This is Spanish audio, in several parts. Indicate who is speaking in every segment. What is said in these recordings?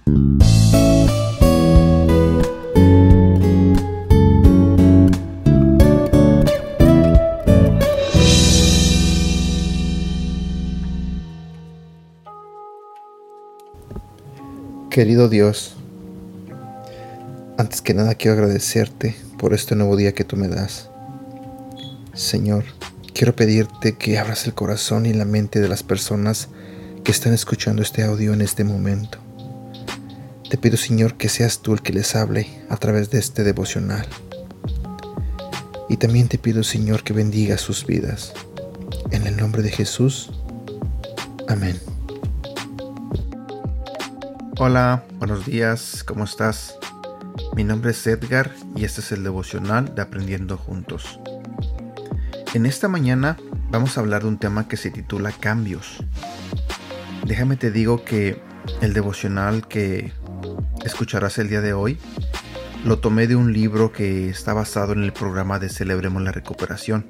Speaker 1: Querido Dios, antes que nada quiero agradecerte por este nuevo día que tú me das. Señor, quiero pedirte que abras el corazón y la mente de las personas que están escuchando este audio en este momento. Te pido, Señor, que seas tú el que les hable a través de este devocional. Y también te pido, Señor, que bendiga sus vidas. En el nombre de Jesús. Amén. Hola, buenos días, ¿cómo estás? Mi nombre es Edgar y este es el devocional de Aprendiendo Juntos. En esta mañana vamos a hablar de un tema que se titula Cambios. Déjame te digo que el devocional que escucharás el día de hoy lo tomé de un libro que está basado en el programa de Celebremos la Recuperación.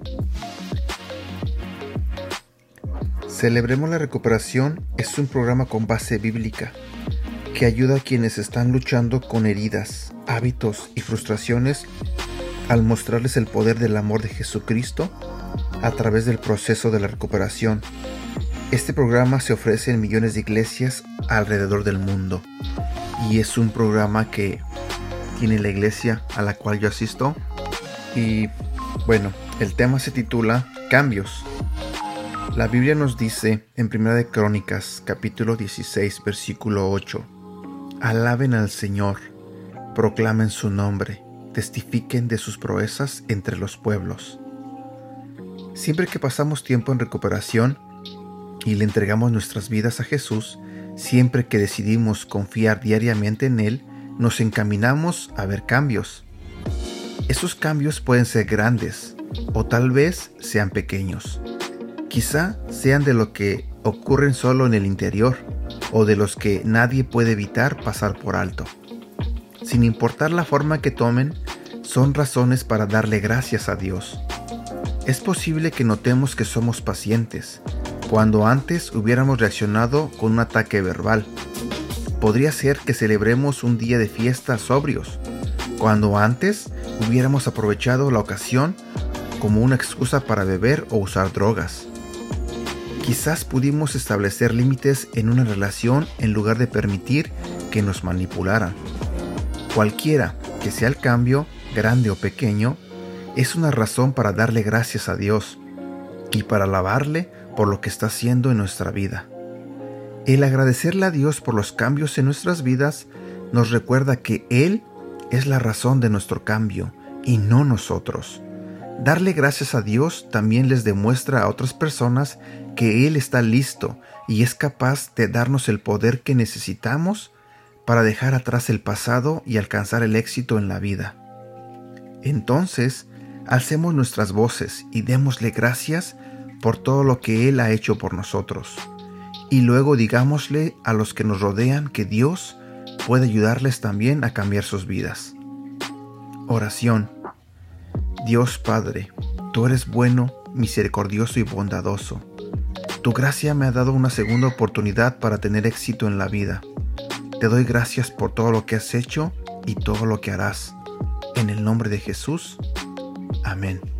Speaker 1: Celebremos la Recuperación es un programa con base bíblica que ayuda a quienes están luchando con heridas, hábitos y frustraciones al mostrarles el poder del amor de Jesucristo a través del proceso de la recuperación. Este programa se ofrece en millones de iglesias alrededor del mundo y es un programa que tiene la iglesia a la cual yo asisto. Y bueno, el tema se titula Cambios. La Biblia nos dice en 1 de Crónicas, capítulo 16, versículo 8: Alaben al Señor, proclamen su nombre, testifiquen de sus proezas entre los pueblos. Siempre que pasamos tiempo en recuperación y le entregamos nuestras vidas a Jesús, siempre que decidimos confiar diariamente en Él, nos encaminamos a ver cambios. Esos cambios pueden ser grandes o tal vez sean pequeños. Quizá sean de lo que ocurren solo en el interior o de los que nadie puede evitar pasar por alto. Sin importar la forma que tomen, son razones para darle gracias a Dios. Es posible que notemos que somos pacientes, cuando antes hubiéramos reaccionado con un ataque verbal. Podría ser que celebremos un día de fiesta sobrios, cuando antes hubiéramos aprovechado la ocasión como una excusa para beber o usar drogas. Quizás pudimos establecer límites en una relación en lugar de permitir que nos manipularan. Cualquiera que sea el cambio, grande o pequeño, es una razón para darle gracias a Dios y para alabarle por lo que está haciendo en nuestra vida. El agradecerle a Dios por los cambios en nuestras vidas nos recuerda que Él es la razón de nuestro cambio y no nosotros. Darle gracias a Dios también les demuestra a otras personas que Él está listo y es capaz de darnos el poder que necesitamos para dejar atrás el pasado y alcanzar el éxito en la vida. Entonces, alcemos nuestras voces y démosle gracias por todo lo que Él ha hecho por nosotros. Y luego digámosle a los que nos rodean que Dios puede ayudarles también a cambiar sus vidas. Oración. Dios Padre, tú eres bueno, misericordioso y bondadoso. Tu gracia me ha dado una segunda oportunidad para tener éxito en la vida. Te doy gracias por todo lo que has hecho y todo lo que harás. En el nombre de Jesús. Amén.